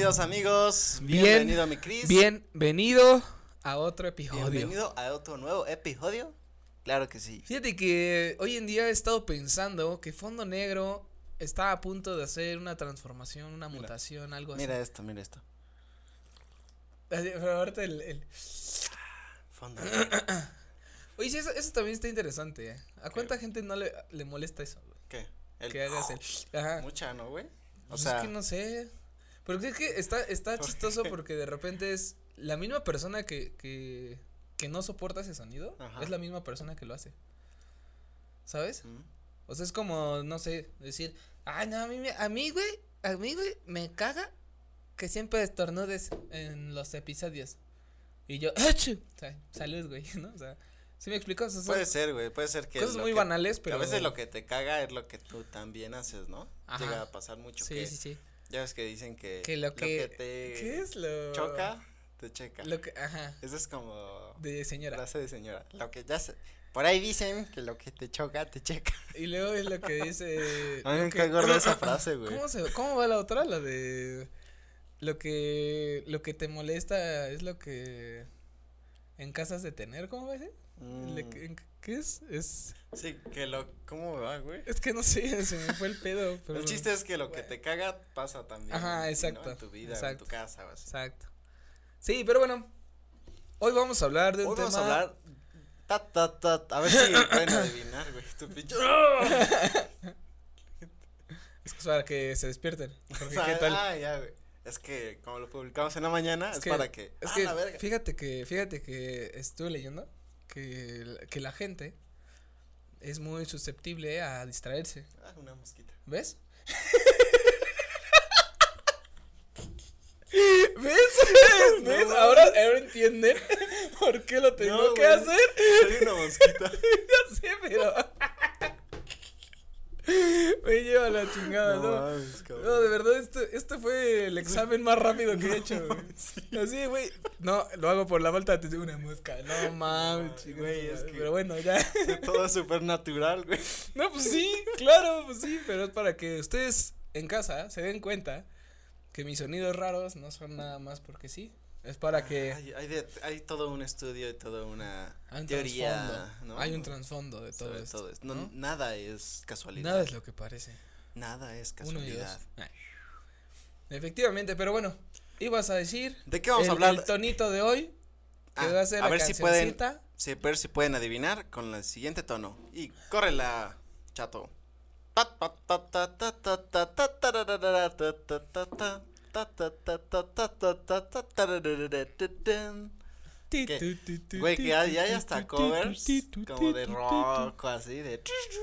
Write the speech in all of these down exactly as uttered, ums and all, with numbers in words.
Bienvenidos amigos, Bien, bienvenido a mi Cris. Bienvenido a otro episodio. Bienvenido a otro nuevo episodio. Claro que sí. Fíjate que hoy en día he estado pensando que Fondo Negro está a punto de hacer una transformación, una Mira, mutación, algo Mira así. esto, mira esto. Pero ahorita el, el... Fondo Negro. Oye, sí, eso, eso también está interesante, ¿eh? ¿A cuánta ¿Qué? gente no le, le molesta eso, güey? ¿Qué? El... Que hagas el... Ajá. Mucha, ¿no, güey? O Pues sea, es que no sé. Pero es que está, está ¿por chistoso qué? porque de repente es la misma persona que, que, que no soporta ese sonido, Ajá. es la misma persona que lo hace. ¿Sabes? ¿Mm? O sea, es como, no sé, decir, ay, no, a mí, me- a mí, güey, a mí, güey, me caga que siempre estornudes en los episodios. Y yo, ¡achú! O sea, salud, güey, ¿no? O sea, ¿sí me explico? O sea, son Puede ser, güey, puede ser que cosas lo muy que- banales, que pero. a veces lo que te caga es lo que tú también haces, ¿no? Ajá. Llega a pasar mucho. Sí, que, sí, sí. Ya ves que dicen que, Que lo que. te ¿Qué es lo. choca, te checa. Lo que, ajá. Eso es como De señora. frase de señora. Lo que ya se, por ahí dicen que lo que te choca, te checa. Y luego es lo que dice. A mí me que- cae gorda esa frase, güey. ¿Cómo, se, ¿Cómo va la otra? La de. Lo que. Lo que te molesta es lo que. En casas de tener, ¿cómo va a ser? Mm, Le- en- ¿Qué es? Es. sí, que lo, ¿cómo va, güey? Es que no sé, se me fue el pedo. Pero... El chiste es que lo que te caga pasa también. Ajá, en ti, ¿no? exacto, En tu vida, en exacto. tu casa o así. Exacto. Sí, pero bueno. Hoy vamos a hablar de un Hoy tema. vamos a hablar. Ta, ta, ta, a ver si pueden adivinar, güey. Tu pinche. Es que es para que se despierten. Porque, Ah, ¿qué tal? ah, ya, güey. Es que como lo publicamos en la mañana, es, que- para que. Es ah, que, la verga. fíjate que, fíjate que estuve leyendo que, que la gente es muy susceptible a distraerse. Ah, una mosquita. ¿Ves? ¿Ves? ¿Ves? No, Ahora, ahora entienden por qué lo tengo No, que güey. hacer. Soy una mosquita. Ya sé, pero. Me lleva la chingada, ¿no? mames, cabrón. No, de verdad, este, este fue el examen más rápido que he hecho, güey. Sí. Así, güey. No, lo hago por la falta de atención. Una mosca. No mames, No, chicos. güey, es que- Pero bueno, ya. Todo es súper natural, güey. No, pues sí, claro, pues sí. Pero es para que ustedes en casa se den cuenta que mis sonidos raros no son nada más porque sí. Es para que. Hay, hay, de- hay todo un estudio y toda una Hay un teoría, trasfondo. ¿no? Hay un trasfondo de todo Sobre esto. todo esto. No, ¿no? Nada es casualidad. Nada es lo que parece. Nada es Uno y dos. casualidad. Ah. Efectivamente, pero bueno, ibas a decir. ¿De qué vamos el, a hablar? El tonito de hoy. Que Ah, va a ser a la ver si pueden, cancioncita. sí, ver si pueden adivinar con el siguiente tono. Y córrela, chato. Ta, ta, ta, ta, ta, ta, ta, ta, tararara, ta, ta, ta, ta, ta, ta, ta, ta, ta, ta, ta, ta, tararara, ta, tan. Ti, ¿Qué? tu, tu, tu, Güey, tu, que hay, tu, hay tu, hasta tu, tu, covers tu, tu, como tu, de tu, tu, rock o así, de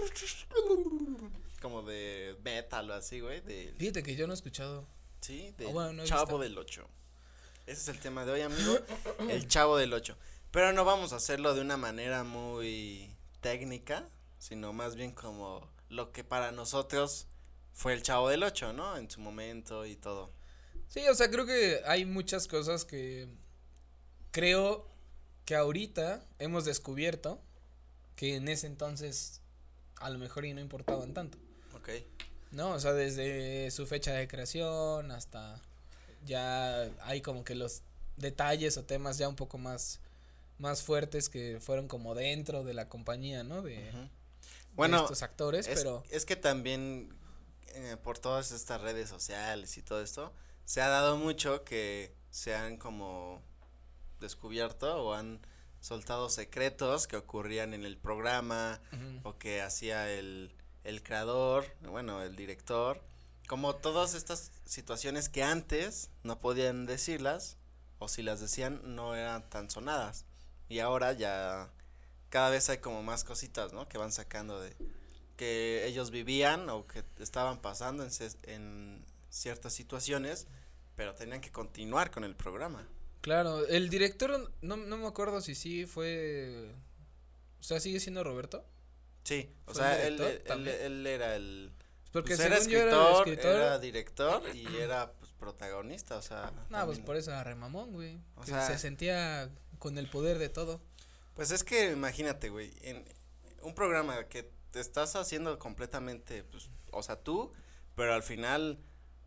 como de metal o así, güey, de Fíjate que yo no he escuchado. sí, de Ah, bueno, no he Chavo visto. del Ocho. Ese es el tema de hoy, amigo, el Chavo del Ocho. Pero no vamos a hacerlo de una manera muy técnica, sino más bien como lo que para nosotros fue el Chavo del Ocho, ¿no? En su momento y todo. Sí, o sea, creo que hay muchas cosas que creo que ahorita hemos descubierto que en ese entonces a lo mejor y no importaban tanto, Ok. ¿no? O sea, desde su fecha de creación hasta ya hay como que los detalles o temas ya un poco más más fuertes que fueron como dentro de la compañía, ¿no? De, Ujú. de Bueno, estos actores, es, pero es que también eh, por todas estas redes sociales y todo esto, se ha dado mucho que se han como descubierto o han soltado secretos que ocurrían en el programa ujú, o que hacía el, el creador, bueno, el director, como todas estas situaciones que antes no podían decirlas o si las decían no eran tan sonadas y ahora ya cada vez hay como más cositas, ¿no? Que van sacando de que ellos vivían o que estaban pasando en, ces- en ciertas situaciones, pero tenían que continuar con el programa. claro, el director no no me acuerdo si sí fue, o sea, sigue siendo Roberto. Sí, o ¿Fue sea, el él, director él, también? él era el Porque pues era según yo escritor, era escritor. era director y era pues protagonista, o sea, No, pues también- por eso era remamón, güey. O Que sea- se sentía con el poder de todo. Pues es que imagínate, güey, en un programa que te estás haciendo completamente, pues, o sea, tú, pero al final,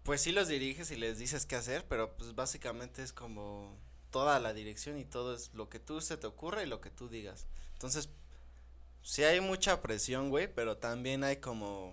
Pues sí los diriges y les dices qué hacer, pero pues básicamente es como toda la dirección y todo es lo que tú se te ocurra y lo que tú digas. Entonces, sí hay mucha presión, güey, pero también hay como,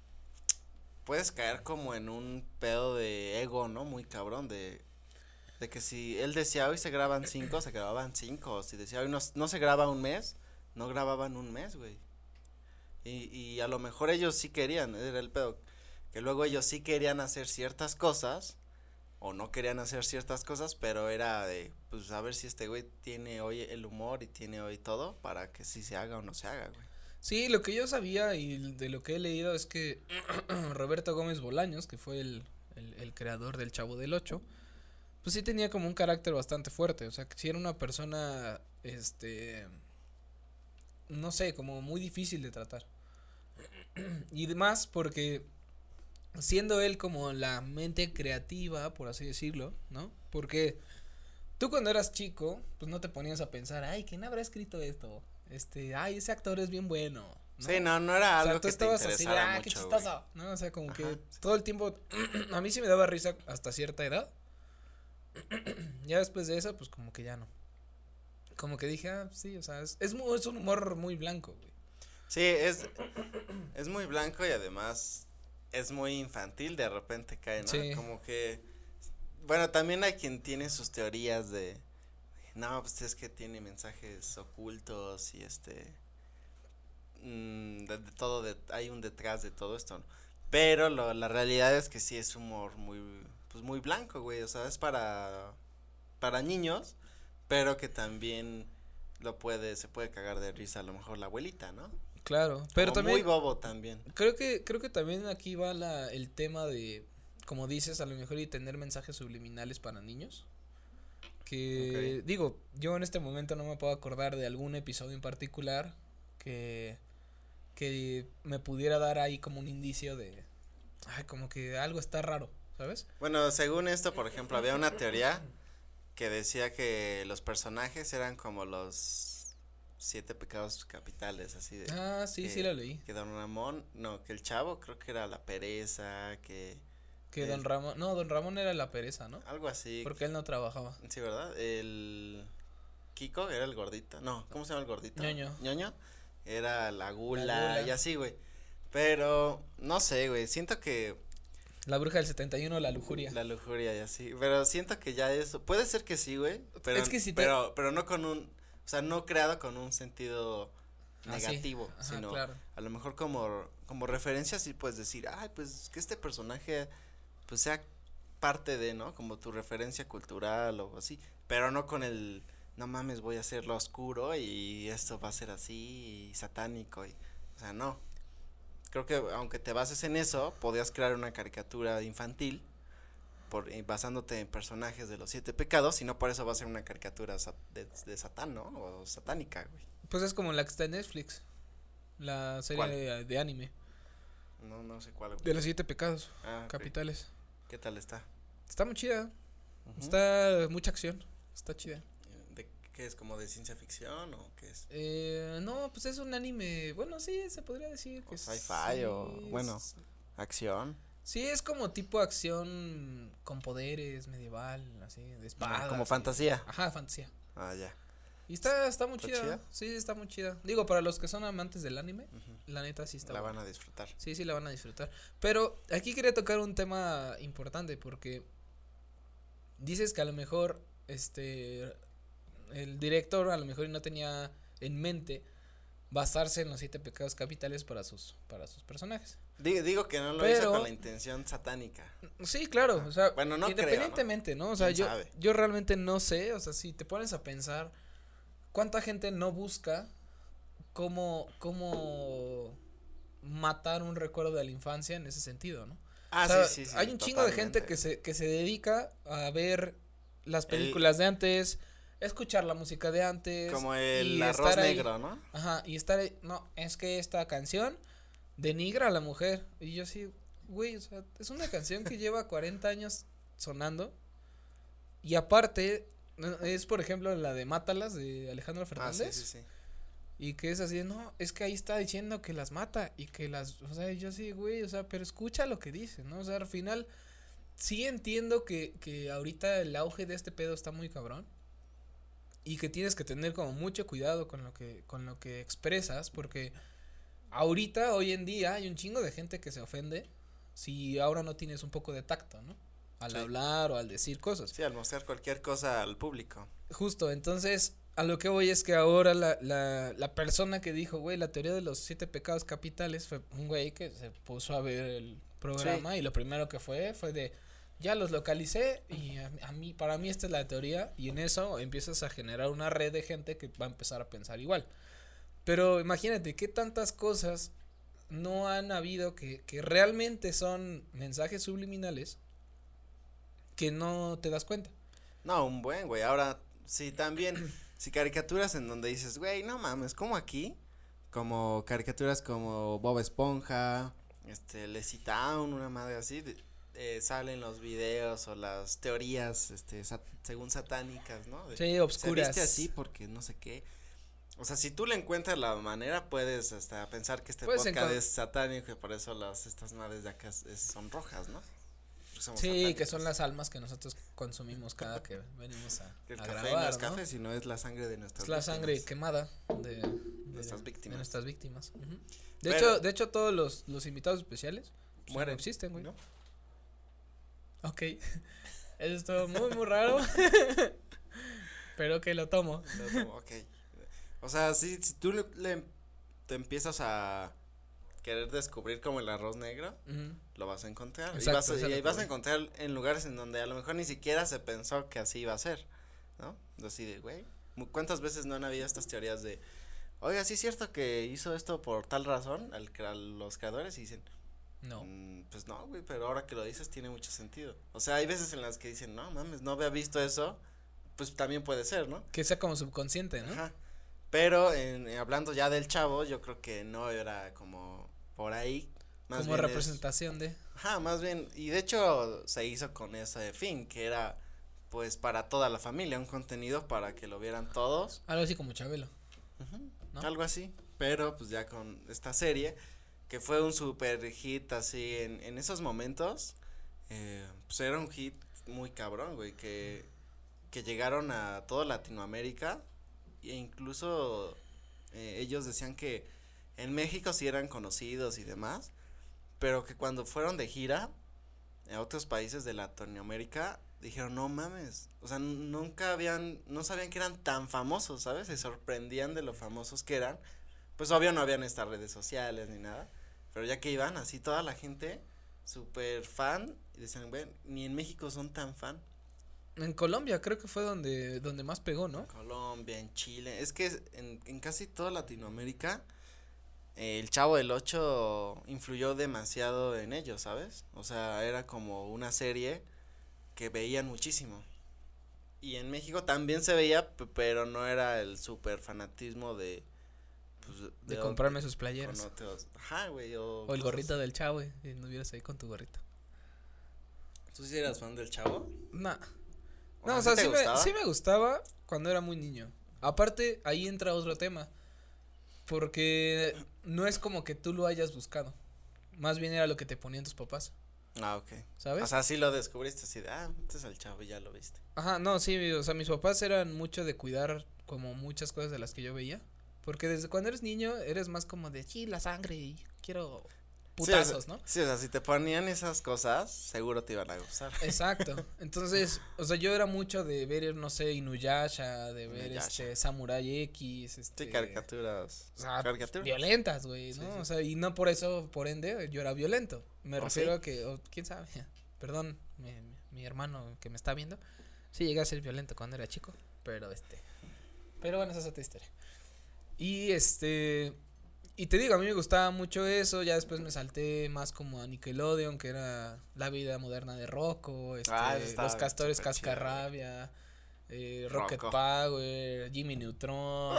puedes caer como en un pedo de ego, ¿no? Muy cabrón, de, de que si él decía hoy se graban cinco, se grababan cinco, o si decía hoy no, no se graba un mes, no grababan un mes, güey. Y, y a lo mejor ellos sí querían, era el pedo, que luego ellos sí querían hacer ciertas cosas, o no querían hacer ciertas cosas, pero era de, pues a ver si este güey tiene hoy el humor y tiene hoy todo, para que sí se haga o no se haga, güey. Sí, lo que yo sabía y de lo que he leído es que Roberto Gómez Bolaños, que fue el, el, el creador del Chavo del Ocho, pues sí tenía como un carácter bastante fuerte, o sea, que sí era una persona, este, no sé, como muy difícil de tratar. Y demás porque siendo él como la mente creativa, por así decirlo, ¿no? Porque tú cuando eras chico, pues no te ponías a pensar, ay, ¿quién habrá escrito esto? Este, ay, ese actor es bien bueno, ¿no? Sí, no, no era O sea, algo tú que te estabas así de, interesara ah, mucho, qué chistoso, güey. ¿no? O sea, como Ajá, que sí. todo el tiempo, a mí sí me daba risa hasta cierta edad. Ya después de eso, pues como que ya no. Como que dije, ah, sí, o sea, es, es, mu- es un humor muy blanco, güey. Sí, es, es muy blanco y además es muy infantil, de repente cae, ¿no? Sí. Como que, bueno, también hay quien tiene sus teorías de, no, pues es que tiene mensajes ocultos y este, mm, de, de todo, de, hay un detrás de todo esto, ¿no? Pero lo, la realidad es que sí es humor muy, pues muy blanco, güey, o sea, es para, para niños, pero que también lo puede, se puede cagar de risa a lo mejor la abuelita, ¿no? Claro, pero O también muy bobo también. creo que creo que también aquí va la el tema de como dices, a lo mejor y tener mensajes subliminales para niños. Que Ok. digo, yo en este momento no me puedo acordar de algún episodio en particular que que me pudiera dar ahí como un indicio de ay, como que algo está raro, ¿sabes? Bueno, según esto, por ejemplo, había una teoría que decía que los personajes eran como los siete pecados capitales, así de Ah, sí, sí que, lo leí. que Don Ramón, no, que el chavo creo que era la pereza, que Que Don el, Ramón, no, Don Ramón era la pereza, ¿no? algo así, Porque él no trabajaba. sí, ¿verdad? El Kiko era el gordito, no, ¿cómo se llama el gordito? Ñoño. Ñoño, era la gula, La gula. y así, güey, pero, no sé, güey, siento que La bruja del setenta y uno, la lujuria. la lujuria y así, pero siento que ya eso, puede ser que sí, güey, pero, Es que si te- pero, pero no con un, o sea, no creado con un sentido Ah, sí. negativo, Ajá, sino claro. a lo mejor como, como referencia sí puedes decir, ay, pues que este personaje, pues sea parte de, ¿no? Como tu referencia cultural o así, pero no con el, no mames, voy a hacerlo oscuro y esto va a ser así y satánico y, o sea, no. Creo que aunque te bases en eso, podías crear una caricatura infantil por eh, basándote en personajes de los siete pecados y no por eso va a ser una caricatura sa- de, de Satán, ¿no? O satánica, güey. Pues es como la que está en Netflix. La serie ¿Cuál? de, de anime. No, no sé cuál, güey. De los siete pecados Ah, ok. capitales. ¿Qué tal está? Está muy chida. Ujú. Está mucha acción. Está chida. ¿De qué es? ¿Como de ciencia ficción o qué es? Eh, no, pues es un anime. Bueno, sí, se podría decir que O es- sci-fi sí, o, bueno, es- acción. Sí, es como tipo acción con poderes, medieval, así, de espadas. Como y- fantasía. Ajá, fantasía. Ah, ya. Y está, está muy ¿Está chida. chida? Sí, está muy chida. Digo, para los que son amantes del anime, Ujú. la neta sí está La buena. van a disfrutar. Sí, sí, la van a disfrutar. Pero aquí quería tocar un tema importante porque dices que a lo mejor, este, el director a lo mejor no tenía en mente basarse en los siete pecados capitales para sus, para sus personajes. Digo, digo que no lo Pero- hizo con la intención satánica. Sí, claro, o sea, Bueno, no creo, ¿no? independientemente, ¿no? O sea, ¿Quién yo, sabe? yo realmente no sé, o sea, si te pones a pensar, ¿cuánta gente no busca cómo, cómo matar un recuerdo de la infancia en ese sentido, ¿no? Ah, O sea, sí, sí, sí. hay un chingo de gente totalmente. que se, que se dedica a ver las El- películas de antes, escuchar la música de antes. Como el y arroz estar ahí. negro, ¿no? Ajá, y estar ahí, no, es que esta canción denigra a la mujer. Y yo sí, güey, o sea, es una canción que lleva cuarenta años sonando. Y aparte, no, es por ejemplo la de Mátalas de Alejandro Ah, Fernández. sí, sí, sí. Y que es así, de, no, es que ahí está diciendo que las mata y que las, o sea, yo sí, güey, o sea, pero escucha lo que dice, ¿no? O sea, al final sí entiendo que, que ahorita el auge de este pedo está muy cabrón. Y que tienes que tener como mucho cuidado con lo que, con lo que expresas, porque ahorita, hoy en día, hay un chingo de gente que se ofende si ahora no tienes un poco de tacto, ¿no? Al sí. hablar o al decir cosas. Sí, al mostrar cualquier cosa al público. Justo, entonces, a lo que voy es que ahora la, la, la persona que dijo, güey, la teoría de los siete pecados capitales fue un güey que se puso a ver el programa sí. y lo primero que fue, fue de, ya los localicé y a, a mí, para mí esta es la teoría y en eso empiezas a generar una red de gente que va a empezar a pensar igual. Pero imagínate qué tantas cosas no han habido que, que realmente son mensajes subliminales que no te das cuenta. No, un buen, güey. Ahora, sí, también, si caricaturas en donde dices, güey, no mames, como aquí, como caricaturas como Bob Esponja, este, Lazy Town, una madre así, de, eh, salen los videos o las teorías, este, sat según satánicas, ¿no? De, sí, obscuras. Se viste así porque no sé qué. O sea, si tú le encuentras la manera, puedes hasta pensar que este Puedes podcast es satánico y por eso las, estas madres de acá es, es, son rojas, ¿no? Sí, satánicos. Que son las almas que nosotros consumimos cada que venimos a, el a café grabar, no es ¿no? café, sino es la sangre de nuestras es la víctimas. sangre quemada de, de, nuestras víctimas. de nuestras víctimas. Uh-huh. De Pero, hecho, de hecho todos los, los invitados especiales mueren, no existen, güey. ¿No? Ok. Eso estuvo muy muy raro. Pero que lo tomo. Lo tomo, ok. O sea, si, si tú le, le te empiezas a querer descubrir como el arroz negro, uh-huh. lo vas a encontrar. Exacto, y vas, a, y ahí vas a encontrar en lugares en donde a lo mejor ni siquiera se pensó que así iba a ser, ¿no? Así de, güey, ¿cuántas veces no han habido estas teorías de, oiga, sí es cierto que hizo esto por tal razón, al, a los creadores y dicen, no, mmm, pues no, güey, pero ahora que lo dices tiene mucho sentido. O sea, hay veces en las que dicen, no mames, no había visto eso, pues también puede ser, ¿no? Que sea como subconsciente, ¿no? Ajá. Pero en, hablando ya del Chavo, yo creo que no era como por ahí. Más como representación es, de. Ajá, más bien, y de hecho se hizo con ese fin, que era pues para toda la familia, un contenido para que lo vieran todos. Algo así como Chabelo. Uh-huh, ¿no? Algo así, pero pues ya con esta serie, que fue un super hit así en, en esos momentos, eh, pues era un hit muy cabrón, güey, que, que llegaron a toda Latinoamérica. E incluso eh, ellos decían que en México sí eran conocidos y demás, pero que cuando fueron de gira a otros países de Latinoamérica dijeron, no mames, o sea, nunca habían, no sabían que eran tan famosos, ¿sabes? Se sorprendían de lo famosos que eran, pues obvio no habían estas redes sociales ni nada, pero ya que iban así toda la gente súper fan y decían, bueno, ni en México son tan fan. En Colombia creo que fue donde donde más pegó, ¿no? En Colombia, en Chile, es que en, en casi toda Latinoamérica eh, el Chavo del Ocho influyó demasiado en ellos, ¿sabes? O sea, era como una serie que veían muchísimo. Y en México también se veía, pero no era el super fanatismo de pues, de, de comprarme sus playeras. Otros, ajá, güey, o, o el gorrito del Chavo, güey, y no vieras ahí con tu gorrito. ¿Tú sí eras fan del Chavo? No. No, o sea, sí me, sí me gustaba cuando era muy niño. Aparte, ahí entra otro tema. Porque no es como que tú lo hayas buscado. Más bien era lo que te ponían tus papás. Ah, ok. ¿Sabes? O sea, sí lo descubriste así de, ah, este es el Chavo y ya lo viste. Ajá, no, sí, o sea, mis papás eran mucho de cuidar como muchas cosas de las que yo veía. Porque desde cuando eres niño eres más como de, sí, la sangre y quiero putazos, sí, o sea, ¿no? Sí, o sea, si te ponían esas cosas, seguro te iban a gustar. Exacto. Entonces, o sea, yo era mucho de ver, no sé, Inuyasha, de ver Inuyasha. este Samurai X, este. Sí, caricaturas. O sea, caricaturas. Violentas, güey, ¿no? Sí, sí. O sea, y no por eso, por ende, yo era violento. Me ¿Oh, refiero sí? a que, oh, quién sabe, perdón, mi, mi hermano que me está viendo, sí llegué a ser violento cuando era chico, pero este, pero bueno, esa es otra historia. Y este, y te digo, a mí me gustaba mucho eso, ya después me salté más como a Nickelodeon, que era La vida moderna de Rocco, este, ah, Los Castores Cascarrabia, eh, Rocket Rocco. Power, Jimmy Neutron.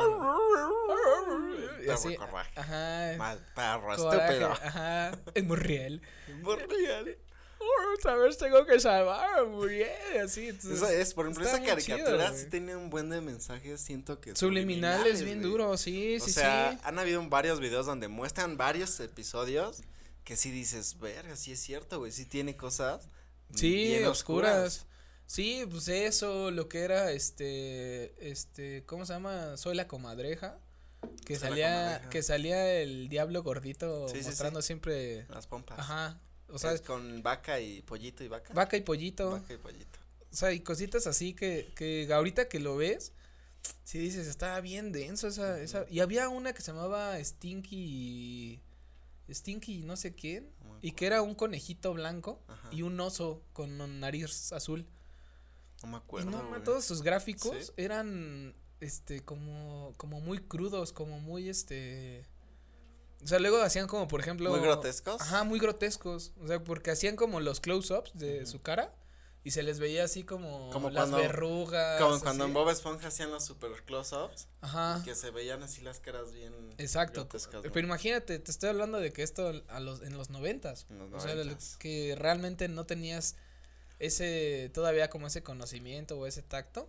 y así, ajá. Mal perro, coraje, estúpido. Ajá, es Murriel. Murriel. Oh, sabes, tengo que salvar a Muriel, así. Entonces, eso es, por ejemplo, esa caricatura chido, sí tiene un buen de mensajes, siento que subliminales, subliminales bien wey. Duro, sí, o sí, sea, sí. han habido varios videos donde muestran varios episodios que sí dices, verga, sí es cierto, güey, sí tiene cosas Sí, bien oscuras. oscuras. Sí, pues eso, lo que era este, este, ¿cómo se llama? Soy la comadreja. Que Soy la salía, comadreja. que salía el diablo gordito Sí, sí, mostrando sí. siempre, Las pompas. ajá, o sea, Es con vaca y pollito y vaca. vaca y pollito, Vaca y pollito. o sea, y cositas así que, que ahorita que lo ves, sí dices, estaba bien denso esa, Ujú. esa, y había una que se llamaba Stinky, Stinky no sé quién, No me y que acuerdo. era un conejito blanco Ajá. y un oso con nariz azul. No me Y acuerdo, no, ma, güey. todos sus gráficos ¿Sí? eran, este, como, como muy crudos, como muy, este, o sea, luego hacían como, por ejemplo. Muy grotescos. Ajá, muy grotescos, o sea, porque hacían como los close-ups de Ujú. su cara y se les veía así como, Como las cuando- verrugas. Como cuando así. en Bob Esponja hacían los super close-ups. Ajá, Que se veían así las caras bien. exacto. grotescas, ¿no? Pero imagínate, te estoy hablando de que esto a los, en los noventas. En los O sea, noventas. que realmente no tenías ese, todavía como ese conocimiento o ese tacto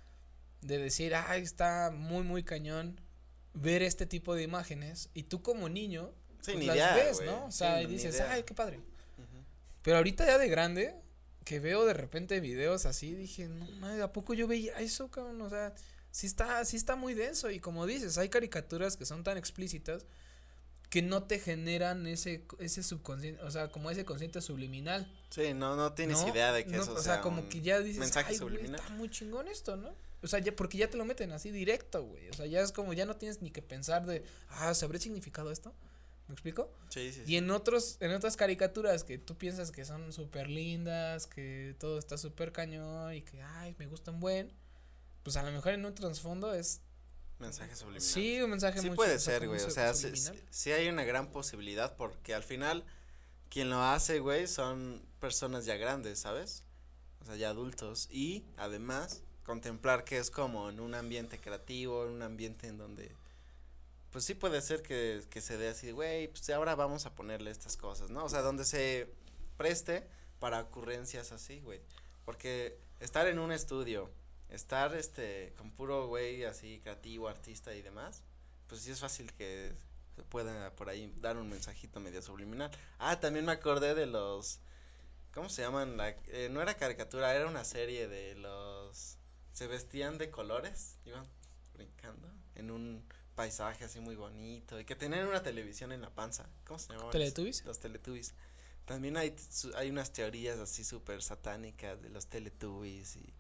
de decir, ay, está muy, muy cañón ver este tipo de imágenes y tú como niño, Sí, pues ni las idea, ves, güey. ¿no? O Sí, sea, y ni dices, idea. ay, qué padre. Ujú. Pero ahorita ya de grande, que veo de repente videos así, dije, no, mames, ¿a poco yo veía eso, cabrón? O sea, sí está, sí está muy denso. Y como dices, hay caricaturas que son tan explícitas que no te generan ese, ese subconsciente, o sea, como ese consciente subliminal. Sí, no, no tienes ¿No? idea de que No, eso o sea, sea como un que ya dices, mensaje ay, güey, subliminal. está muy chingón esto, ¿no? O sea, ya, porque ya te lo meten así directo, güey. O sea, ya es como, ya no tienes ni que pensar de, ah, ¿sabré significado esto? ¿Me explico? Sí, sí, Y sí. en otros, en otras caricaturas que tú piensas que son súper lindas, que todo está súper cañón y que, ay, me gustan buen, pues a lo mejor en un trasfondo es, Mensaje subliminal. sí, un mensaje Sí muy puede o sea, ser, como güey, o su- sea, sí, subliminal. sí- sí hay una gran posibilidad porque al final quien lo hace, güey, son personas ya grandes, ¿sabes? O sea, ya adultos y además contemplar que es como en un ambiente creativo, en un ambiente en donde pues sí puede ser que, que se dé así, güey, pues ahora vamos a ponerle estas cosas, ¿no? O sea, donde se preste para ocurrencias así, güey, porque estar en un estudio, estar este con puro güey así creativo, artista y demás, pues sí es fácil que se pueda por ahí dar un mensajito medio subliminal. Ah, también me acordé de los, ¿cómo se llaman? La, eh, no era caricatura, era una serie de los, se vestían de colores, iban brincando en un paisaje así muy bonito y que tenían una televisión en la panza. ¿Cómo se llamaban? ¿Teletubbies? Los Teletubbies. También hay, su- hay unas teorías así súper satánicas de los Teletubbies y,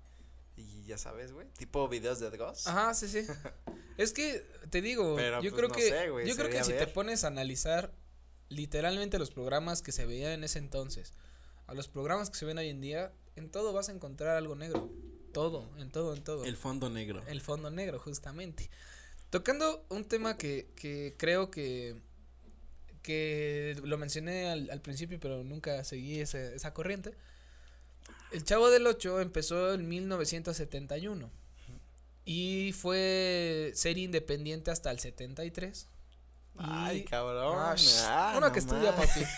y ya sabes, güey, tipo videos de Ghost. Ajá, sí, sí. Es que te digo, Pero, yo pues, creo no que sé, güey, yo creo que sería si te ver. pones a analizar literalmente los programas que se veían en ese entonces a los programas que se ven hoy en día, en todo vas a encontrar algo negro. Todo, en todo, en todo. fondo negro. El fondo negro, justamente. Tocando un tema que, que creo que que lo mencioné al, al principio, pero nunca seguí ese, esa corriente. El Chavo del Ocho empezó en mil novecientos setenta y uno y fue serie independiente hasta el setenta y tres. Ay, Y- cabrón. Ah, shh, Ah, uno no que estudia, más. papi.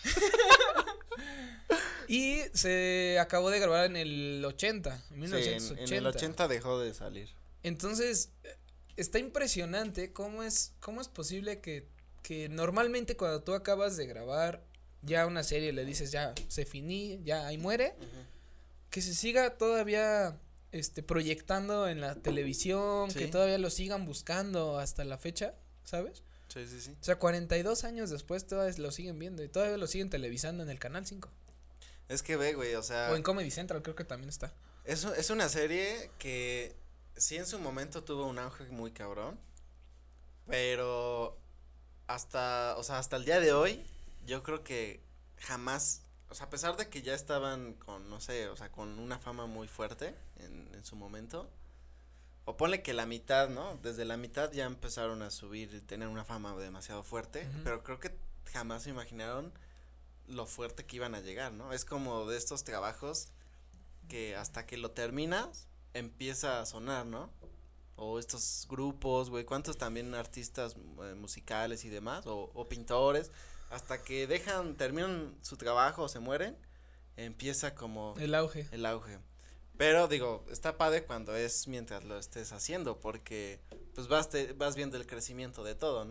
Y se acabó de grabar en el ochenta, en Sí, en, mil novecientos ochenta. en el ochenta dejó de salir. Entonces, eh, está impresionante cómo es, cómo es posible que, que normalmente cuando tú acabas de grabar ya una serie le dices ya se finí, ya ahí muere, que se siga todavía este proyectando en la televisión, que Sí. todavía lo sigan buscando hasta la fecha, ¿sabes? Sí, sí, sí. O sea, cuarenta y dos años después todavía lo siguen viendo y todavía lo siguen televisando en el Canal cinco. Es que ve, güey, o sea. O en Comedy Central creo que también está. Es, u- es una serie que sí en su momento tuvo un auge muy cabrón, pero hasta, o sea, hasta el día de hoy, yo creo que jamás, o sea, a pesar de que ya estaban con, no sé, o sea, con una fama muy fuerte en, en su momento, o ponle que la mitad, ¿no? Desde la mitad ya empezaron a subir y tener una fama demasiado fuerte, Ujú. pero creo que jamás se imaginaron lo fuerte que iban a llegar, ¿no? Es como de estos trabajos que hasta que lo terminas empieza a sonar, ¿no? O estos grupos, güey, cuántos también artistas eh, musicales y demás, o, o pintores, hasta que dejan, terminan su trabajo o se mueren, empieza como El auge. el auge. Pero digo, está padre cuando es mientras lo estés haciendo, porque pues vas, te, vas viendo el crecimiento de todo, ¿no?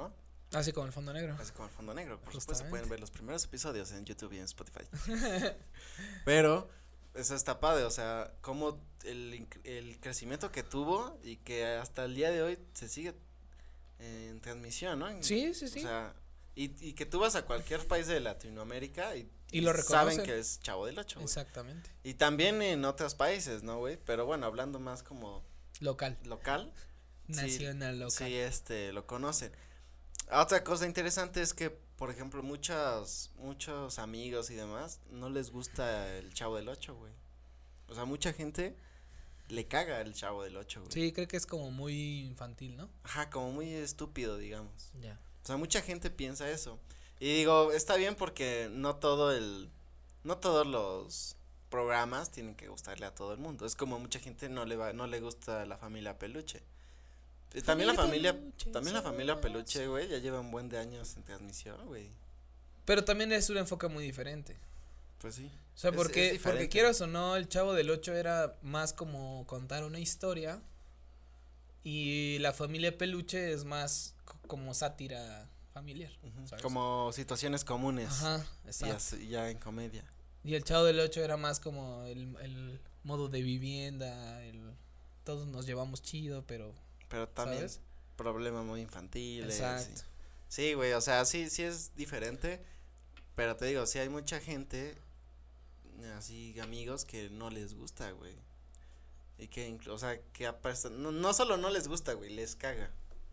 Así como el fondo negro. Así como el fondo negro. Por Justamente. supuesto, pueden ver los primeros episodios en YouTube y en Spotify. Pero, eso está padre, o sea, como el, el crecimiento que tuvo y que hasta el día de hoy se sigue en transmisión, ¿no? En, sí, sí, sí. O sea, y, y que tú vas a cualquier país de Latinoamérica y, y lo saben reconocen. que es Chavo del Ocho. Exactamente. Y también en otros países, ¿no, güey? Pero bueno, hablando más como local. Local. Nacional sí, local. Sí, este, lo conocen. Otra cosa interesante es que, por ejemplo, muchos, muchos amigos y demás no les gusta el Chavo del Ocho, güey. O sea, mucha gente le caga el Chavo del Ocho, güey. Sí, creo que es como muy infantil, ¿no? Ajá, como muy estúpido, digamos. Ya. O sea, mucha gente piensa eso. Y digo, está bien porque no todo el, no todos los programas tienen que gustarle a todo el mundo. Es como mucha gente no le va, no le gusta la familia Peluche. Y también la familia, Peluche, también la familia somos. Peluche, güey, ya lleva un buen de años en transmisión, güey. Pero también es un enfoque muy diferente. Pues sí. O sea, Es- porque, es diferente. porque quieras o no, el Chavo del Ocho era más como contar una historia y la familia Peluche es más c- como sátira familiar, Ujú, ¿sabes? como situaciones comunes. Ajá, Y exacto. así- ya en comedia. Y el Chavo del Ocho era más como el, el modo de vivienda, el todos nos llevamos chido, pero Pero también ¿sabes? problemas muy infantiles. Exacto. y- Sí, güey, o sea, sí, sí es diferente. Pero te digo, sí hay mucha gente, así amigos que no les gusta, güey. Y que, inclu- o sea, que apesta- no, no solo no les gusta, güey, les caga.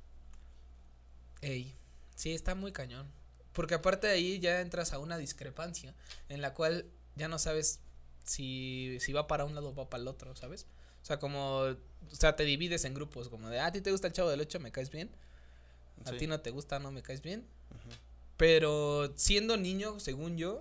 Ey, sí, está muy cañón. Porque aparte de ahí ya entras a una discrepancia en la cual ya no sabes si, si va para un lado o va para el otro, ¿sabes? O sea, como, o sea, te divides en grupos, como de, ah, a ti te gusta el Chavo del Ocho, me caes bien. A Sí. ti no te gusta, no me caes bien. Ujú. Pero siendo niño, según yo,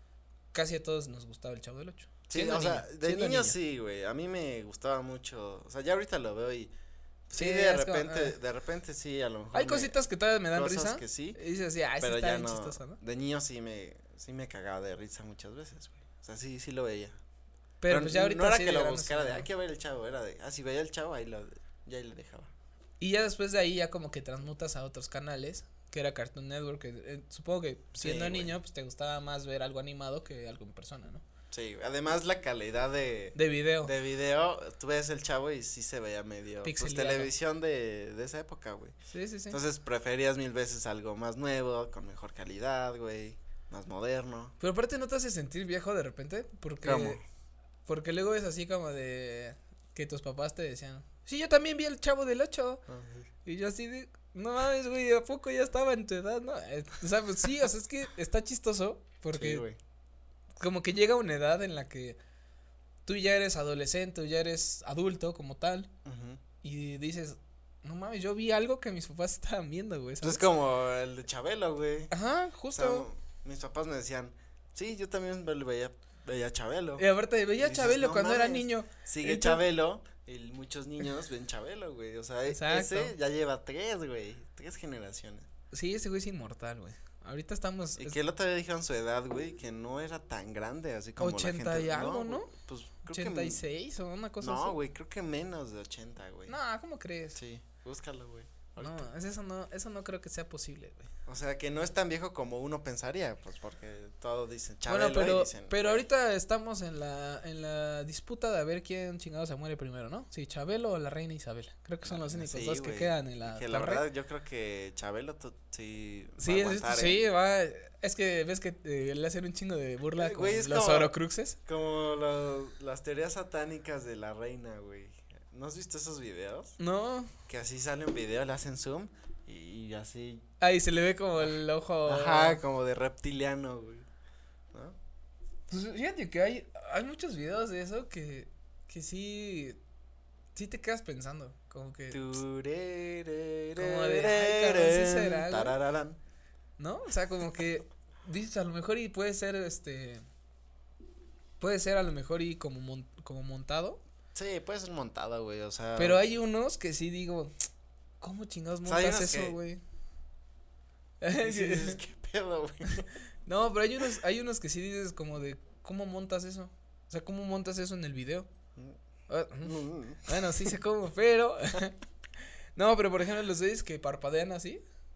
casi a todos nos gustaba el Chavo del Ocho. Sí, Siendo o sea, niño, de siendo niño niño. sí, güey, a mí me gustaba mucho, o sea, ya ahorita lo veo y sí, Sí, de es como, repente, ah. de repente sí, a lo mejor Hay me- cositas que todavía me dan cosas risa. que sí, Y dices así, ah, eso pero está ya bien no, chistoso, ¿no? de niño sí me, sí me cagaba de risa muchas veces, güey, o sea, sí, sí lo veía. Pero, pues ya ahorita no era sí que de lo grande buscara sí, de, ¿no? hay que ver el Chavo, era de, ah, si veía el Chavo, ahí lo, ya ahí le dejaba. Y ya después de ahí ya como que transmutas a otros canales, que era Cartoon Network, que eh, supongo que siendo Sí, güey. niño pues te gustaba más ver algo animado que algo en persona, ¿no? Sí, güey, además la calidad de, De video. de video, tú ves el Chavo y sí se veía medio, pues Pixeleado. televisión de, de esa época, güey. Sí, sí, sí. Entonces preferías mil veces algo más nuevo, con mejor calidad, güey, más moderno. Pero aparte no te hace sentir viejo de repente, porque ¿Cómo? porque luego es así como de que tus papás te decían, sí, yo también vi el Chavo del Ocho. Y yo así de, no mames, güey, ¿a poco ya estaba en tu edad? No, eh, o sea, pues sí, o sea, es que está chistoso porque Sí, güey. como que llega una edad en la que tú ya eres adolescente o ya eres adulto como tal Ujú. y dices, no mames, yo vi algo que mis papás estaban viendo, güey, Pues ¿sabes? es como el de Chabelo, güey. Ajá, O sea, justo. mis papás me decían, sí, yo también ve- veía, veía Chabelo. Y aparte veía a dices, Chabelo "No cuando era mames". niño. Sigue Entonces- Chabelo y muchos niños ven Chabelo, güey. O sea, e- Exacto. ese ya lleva tres, güey. Tres generaciones. Sí, ese güey es inmortal, güey. Ahorita estamos Y es- que el otro día dijeron su edad, güey, que no era tan grande, así como ochenta la gente. y algo, güey, ¿no? Pues creo que ochenta y seis o una cosa así. No, güey, creo que menos de ochenta, güey. No, ¿cómo crees? Sí, búscalo, güey. No, ahorita. es eso no, eso no creo que sea posible, güey. O sea, que no es tan viejo como uno pensaría, pues porque todos dicen Chabelo Bueno, pero, y dicen, pero güey, ahorita estamos en la, en la disputa de a ver quién chingado se muere primero, ¿no? Sí, Chabelo o la reina Isabel. Creo que son los únicos sí, dos que güey, quedan en la que la torre. verdad yo creo que Chabelo to- sí va Sí, a es- aguantar, sí, ¿eh? va, es que ves que eh, le hacen un chingo de burla Eh, con güey, es los como- Horocruxes. Como los, las teorías satánicas de la reina, güey. ¿No has visto esos videos? No, Que así sale un video, le hacen zoom y, y así, ahí se le ve como el ojo. ajá, como de reptiliano, güey. ¿No? Pues fíjate que hay, hay muchos videos de eso que, que sí, sí te quedas pensando, como que, Como de, ay, cabrón, ¿sí será, güey? Tarararán. ¿no? O sea, como que dices a lo mejor y puede ser este, puede ser a lo mejor y como mon- como montado, Sí, puede ser montado, güey, o sea. pero hay unos que sí digo, ¿cómo chingados O sea, hay montas unos eso, que- güey? y sí dices, ¿qué pedo, güey? No, pero hay unos, hay unos que sí dices como de, ¿cómo montas eso? O sea, ¿cómo montas eso en el video? Ah, Mm. bueno, sí sé cómo, pero no, pero por ejemplo los güeyes que parpadean así,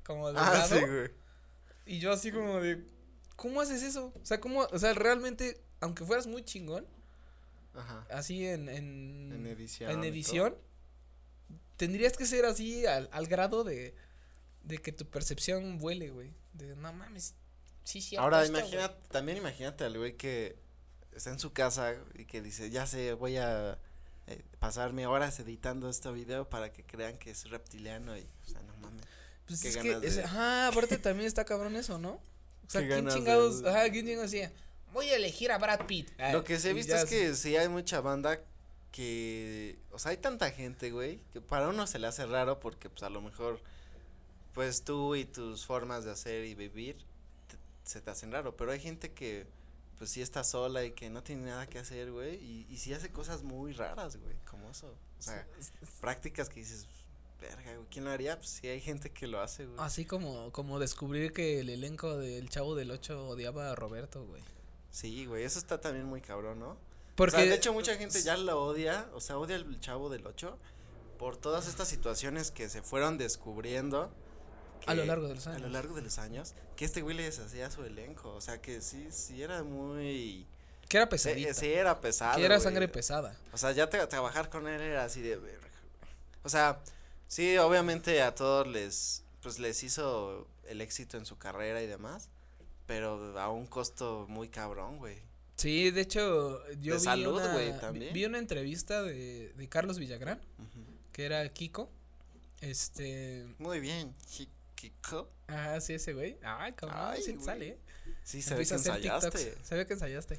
como de Ah, grado. sí, güey. Y yo así como de, ¿cómo haces eso? O sea, ¿cómo? O sea, realmente, aunque fueras muy chingón, Ajá. así en, en, En edición. en y edición, tendrías que ser así al, al grado de, de que tu percepción vuele, güey. De, no mames, sí, sí. todo. Ahora, imagínate, también imagínate al güey que está en su casa y que dice, ya sé, voy a eh, pasarme horas editando este video para que crean que es reptiliano y, o sea, no mames. Pues qué es que, ganas es, de- ajá, aparte también está cabrón eso, ¿no? O sea, Qué ¿quién ganas de- chingados, ajá, quién chingados decía, voy a elegir a Brad Pitt? Ah, Lo que sí he y visto ya es que sí hay mucha banda que, o sea, hay tanta gente, güey, que para uno se le hace raro porque, pues, a lo mejor, pues, tú y tus formas de hacer y vivir te- se te hacen raro, pero hay gente que, pues, sí está sola y que no tiene nada que hacer, güey, y, y sí hace cosas muy raras, güey, como eso, o sea, prácticas que dices, verga, güey, ¿quién lo haría? Pues sí hay gente que lo hace, güey. Así como, como descubrir que el elenco del Chavo del Ocho odiaba a Roberto, güey. Sí, güey, eso está también muy cabrón, ¿no? Porque O sea, de hecho mucha gente ya lo odia, o sea, odia al Chavo del Ocho por todas estas situaciones que se fueron descubriendo. Que, a lo largo de los años. A lo largo de los años, que este güey les hacía su elenco, o sea, que sí, sí era muy... Que era Sí, pesadito. sí era pesado, que era güey. sangre pesada. O sea, ya te, trabajar con él era así de... verga, güey. O sea, sí, obviamente a todos les, pues les hizo el éxito en su carrera y demás, pero a un costo muy cabrón, güey. Sí, de hecho, yo De vi salud, una, güey, también. vi una entrevista de, de Carlos Villagrán, Ujú. que era Kiko, este, Muy bien, Chiquico. ah, sí, ese güey, ay, cabrón, Ay, sí te güey. sale, eh. Sí, se ve que Empieza a hacer ensayaste. TikToks, se ve que ensayaste,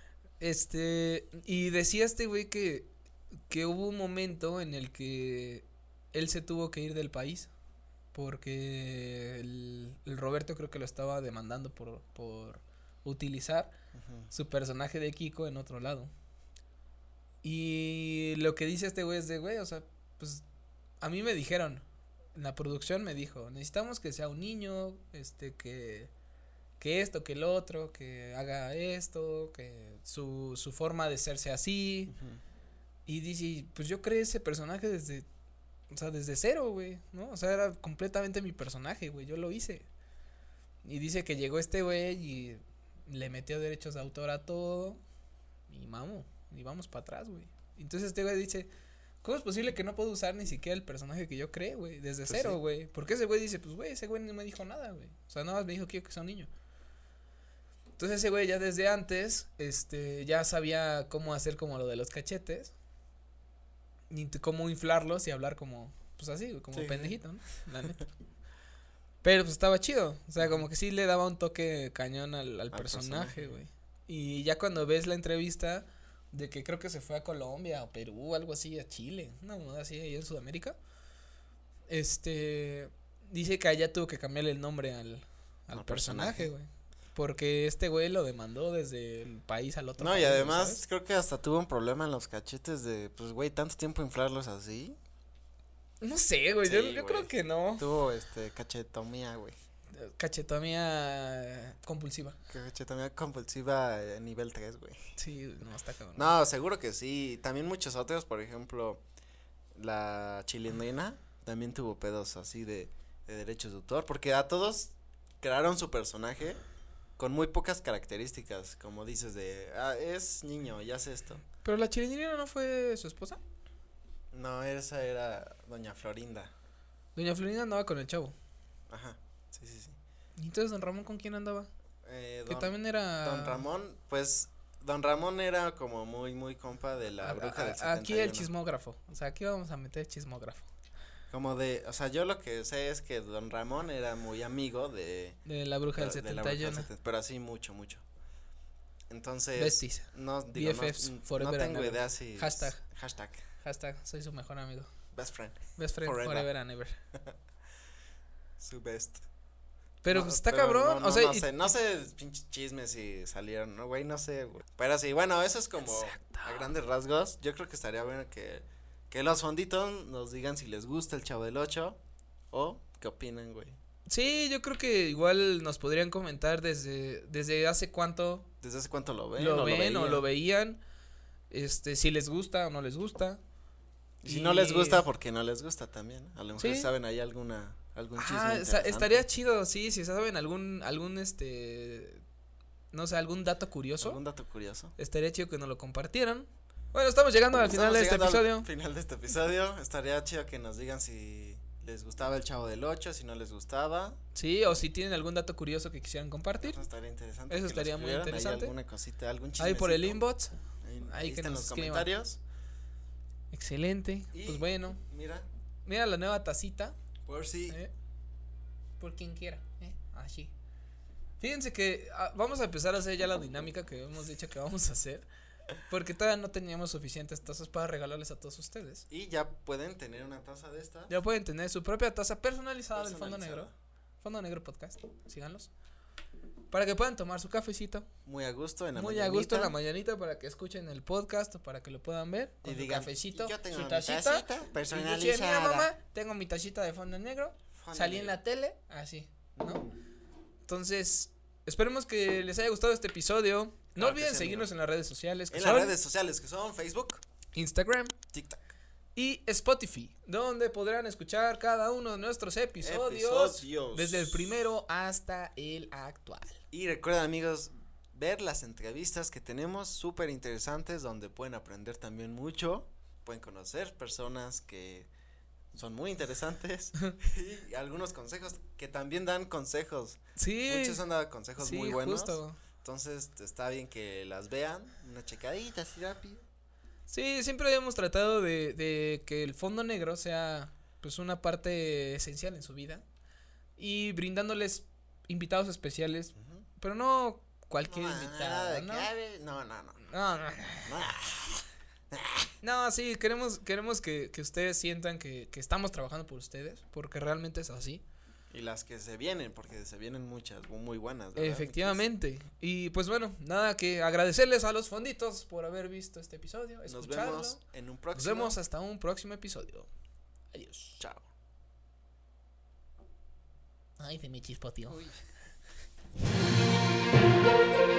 este, y decía este güey que, que hubo un momento en el que él se tuvo que ir del país, porque el, el Roberto creo que lo estaba demandando por, por utilizar Ujú. su personaje de Kiko en otro lado. Y lo que dice este güey es de, güey, o sea, pues a mí me dijeron, la producción me dijo, necesitamos que sea un niño, este, que, que esto, que el otro, que haga esto, que su, su forma de ser sea así. Ujú. Y dice, pues yo creé ese personaje desde, o sea, desde cero, güey, ¿no? O sea, era completamente mi personaje, güey, yo lo hice. Y dice que llegó este güey y le metió derechos de autor a todo. Y vamos, y vamos para atrás, güey. Entonces este güey dice, ¿cómo es posible que no puedo usar ni siquiera el personaje que yo creé, güey? Desde Pues cero, sí. güey. Porque ese güey dice, pues güey, ese güey no me dijo nada, güey. O sea, nada más me dijo que yo que sea un niño. Entonces ese güey ya desde antes, este, ya sabía cómo hacer como lo de los cachetes. Y t- cómo inflarlos y hablar como, pues así, güey, como Sí, sí. pendejito, ¿no? La neta. Pero pues estaba chido, o sea, como que sí le daba un toque cañón al, al personaje, personaje. güey. Y ya cuando ves la entrevista de que creo que se fue a Colombia o Perú, algo así, a Chile, una moda así ahí en Sudamérica, este, dice que allá tuvo que cambiarle el nombre al, al Al personaje, personaje. güey. Porque este güey lo demandó desde el país al otro. No, país, y güey, además ¿sabes? creo que hasta tuvo un problema en los cachetes de, pues, güey, tanto tiempo inflarlos así. No sé, güey, yo, Sí, yo güey. creo que no. Tuvo, este, cachetomía, güey. Cachetomía compulsiva. Cachetomía compulsiva eh, nivel tres, güey. Sí, no, está cabrón. No, seguro que sí. También muchos otros, por ejemplo, la chilindrina también tuvo pedos así de, de derechos de autor, porque a todos crearon su personaje con muy pocas características, como dices de, ah, es niño y hace esto. Pero la chilindrina no fue su esposa. No, esa era doña Florinda. Doña Florinda andaba con el chavo. Ajá, sí, sí, sí. ¿Y entonces don Ramón con quién andaba? Eh, Que don, también era. don Ramón, pues, don Ramón era como muy, muy compa de la a- bruja a- del setenta y uno. Aquí el chismógrafo. O sea, aquí vamos a meter chismógrafo. Como de, o sea, yo lo que sé es que don Ramón era muy amigo de, De la bruja del de la setenta bruja y del uno. setenta, pero así mucho, mucho. Entonces, Besties. no, digo, no, B F Fs n- forever no and tengo ever. idea si es- Hashtag. hashtag Hashtag, soy su mejor amigo. best friend, Best friend Forever. forever, and ever. su best. Pero No, pues está pero cabrón. no, o no, sea, no y- sé, no sé pinches chismes si salieron, no, güey, no sé, güey. Pero sí, bueno, eso es como Exacto. a grandes rasgos. Yo creo que estaría bueno que, que los fonditos nos digan si les gusta el Chavo del Ocho o qué opinan, güey. sí, yo creo que igual nos podrían comentar desde, desde hace cuánto ¿Desde hace cuánto lo ven? lo o ven o veían? lo veían. Este, si les gusta o no les gusta. Y si no les gusta, porque no les gusta también. A lo mejor Sí. saben ahí alguna algún chisme Ah, interesante. estaría chido, sí, si saben algún, algún este, no sé, algún dato curioso. ¿Algún dato curioso? Estaría chido que nos lo compartieran. Bueno, estamos llegando al final Estamos de este llegando al episodio. final de este episodio. Estaría chido que nos digan si les gustaba el Chavo del Ocho, si no les gustaba. Sí, o si tienen algún dato curioso que quisieran compartir. Eso estaría interesante. Eso que lo estaría muy escribieran. interesante. Ahí alguna cosita, algún Ahí por el chismecito. inbox. Ahí, ahí ahí que está en nos los escriban. comentarios. Excelente. Y Pues bueno, Mira, mira la nueva tacita. por si. ¿eh? Por quien quiera. ¿eh? Así. Fíjense que ah, vamos a empezar a hacer ya la dinámica que hemos dicho que vamos a hacer. Porque todavía no teníamos suficientes tazas para regalarles a todos ustedes. Y ya pueden tener una taza de esta. Ya pueden tener su propia taza personalizada, del Fondo Personalizada. Negro. Fondo Negro Podcast. Síganlos. Para que puedan tomar su cafecito. Muy a gusto en la Muy mañanita. a gusto en la mañanita para que escuchen el podcast, para que lo puedan ver. Con Y su digan, cafecito, yo tengo su mi tacita. tacita Y personalizada. dice, mira mamá, tengo mi tacita de Fondo Negro. Fondo Salí en Negro. la tele, así, ¿no? Entonces, esperemos que les haya gustado este episodio. No Claro que olviden sí, seguirnos amigos. en las redes sociales, que En son las redes sociales que son Facebook, Instagram TikTok. y Spotify, donde podrán escuchar cada uno de nuestros episodios, Episodios. desde el primero hasta el actual. Y recuerden, amigos, ver las entrevistas que tenemos súper interesantes, donde pueden aprender también mucho, pueden conocer personas que son muy interesantes y algunos consejos que también dan consejos. Sí, Muchos han dado consejos sí, muy buenos. justo. Entonces está bien que las vean, una checadita así rápido. Sí, siempre hemos tratado de, de que el Fondo Negro sea pues una parte esencial en su vida y brindándoles invitados especiales, Ujú. pero no cualquier No, invitado, nada de ¿no? que, a ver, no, no, no. No, no, No. no, sí, queremos, queremos que, que ustedes sientan que, que estamos trabajando por ustedes, porque realmente es así. Y las que se vienen, porque se vienen muchas, muy buenas, ¿verdad? Efectivamente. Y pues bueno, nada que agradecerles a los fonditos por haber visto este episodio, Nos escucharlo. vemos en un Nos próximo. vemos hasta un próximo episodio. Adiós. Chao. Ay, se me chispoteó. Uy.